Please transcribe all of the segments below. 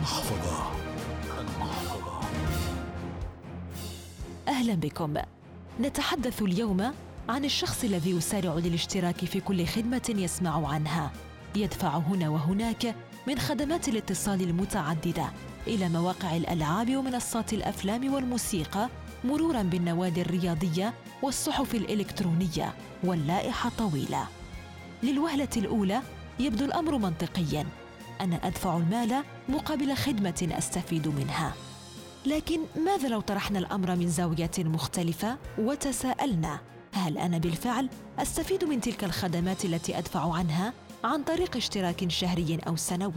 المحفظة. أهلا بكم. نتحدث اليوم عن الشخص الذي يسارع للاشتراك في كل خدمة يسمع عنها، يدفع هنا وهناك من خدمات الاتصال المتعددة إلى مواقع الألعاب ومنصات الأفلام والموسيقى، مروراً بالنوادي الرياضية والصحف الإلكترونية، واللائحة طويلة. للوهلة الأولى يبدو الأمر منطقياً، أنا أدفع المال مقابل خدمة أستفيد منها. لكن ماذا لو طرحنا الأمر من زاوية مختلفة وتساءلنا: هل أنا بالفعل أستفيد من تلك الخدمات التي أدفع عنها عن طريق اشتراك شهري أو سنوي؟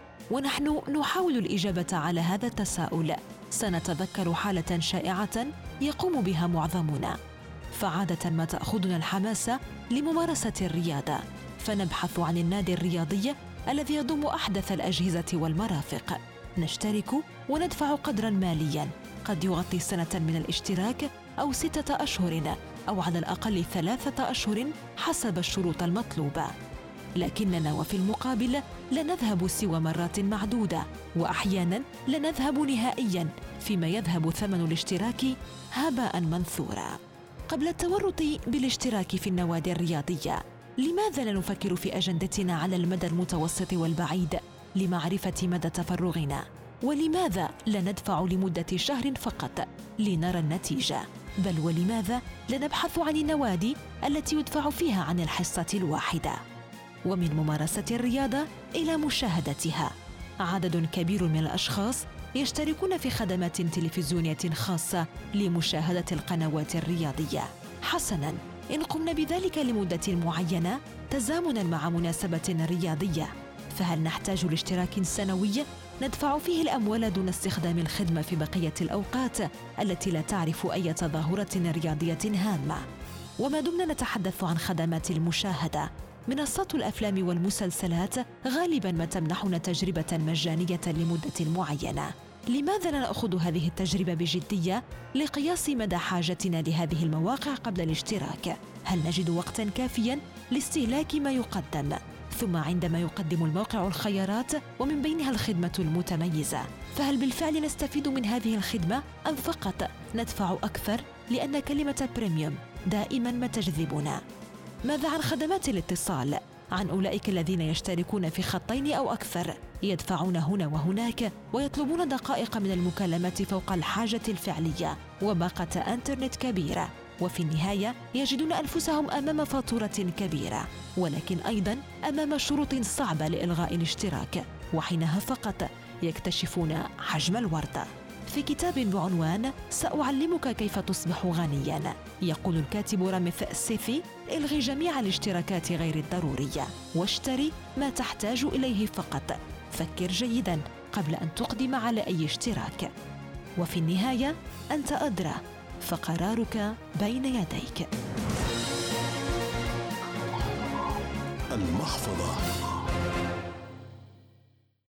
ونحن نحاول الإجابة على هذا التساؤل سنتذكر حالة شائعة يقوم بها معظمنا. فعادة ما تأخذنا الحماسة لممارسة الرياضة، فنبحث عن النادي الرياضي الذي يضم أحدث الأجهزة والمرافق، نشترك وندفع قدراً مالياً قد يغطي سنة من الاشتراك أو 6 أشهر أو على الأقل 3 أشهر حسب الشروط المطلوبة. لكننا وفي المقابل لا نذهب سوى مرات معدودة، وأحياناً لا نذهب نهائياً، فيما يذهب ثمن الاشتراك هباء منثورا. قبل التورط بالاشتراك في النوادي الرياضية، لماذا لا نفكر في أجندتنا على المدى المتوسط والبعيد لمعرفة مدى تفرغنا؟ ولماذا لا ندفع لمدة شهر فقط لنرى النتيجة؟ بل ولماذا لا نبحث عن النوادي التي يدفع فيها عن الحصة الواحدة؟ ومن ممارسة الرياضة إلى مشاهدتها، عدد كبير من الأشخاص يشتركون في خدمات تلفزيونية خاصة لمشاهدة القنوات الرياضية. حسناً، إن قمنا بذلك لمدة معينة تزامناً مع مناسبة رياضية، فهل نحتاج لاشتراك سنوي ندفع فيه الأموال دون استخدام الخدمة في بقية الأوقات التي لا تعرف أي تظاهرة رياضية هامة؟ وما دمنا نتحدث عن خدمات المشاهدة، منصات الأفلام والمسلسلات غالباً ما تمنحنا تجربة مجانية لمدة معينة. لماذا لا نأخذ هذه التجربة بجدية لقياس مدى حاجتنا لهذه المواقع قبل الاشتراك؟ هل نجد وقتاً كافياً لاستهلاك ما يقدم؟ ثم عندما يقدم الموقع الخيارات ومن بينها الخدمة المتميزة، فهل بالفعل نستفيد من هذه الخدمة أم فقط ندفع أكثر لأن كلمة بريميوم دائماً ما تجذبنا؟ ماذا عن خدمات الاتصال؟ عن أولئك الذين يشتركون في خطين أو أكثر، يدفعون هنا وهناك ويطلبون دقائق من المكالمات فوق الحاجة الفعلية وباقة إنترنت كبيرة، وفي النهاية يجدون أنفسهم أمام فاتورة كبيرة، ولكن أيضاً أمام شروط صعبة لإلغاء الاشتراك، وحينها فقط يكتشفون حجم الورطة. في كتاب بعنوان سأعلمك كيف تصبح غنياً، يقول الكاتب راميث سيثي: الغي جميع الاشتراكات غير الضرورية واشتري ما تحتاج إليه فقط. فكر جيداً قبل أن تقدم على أي اشتراك، وفي النهاية أنت أدرى، فقرارك بين يديك. المحفظة.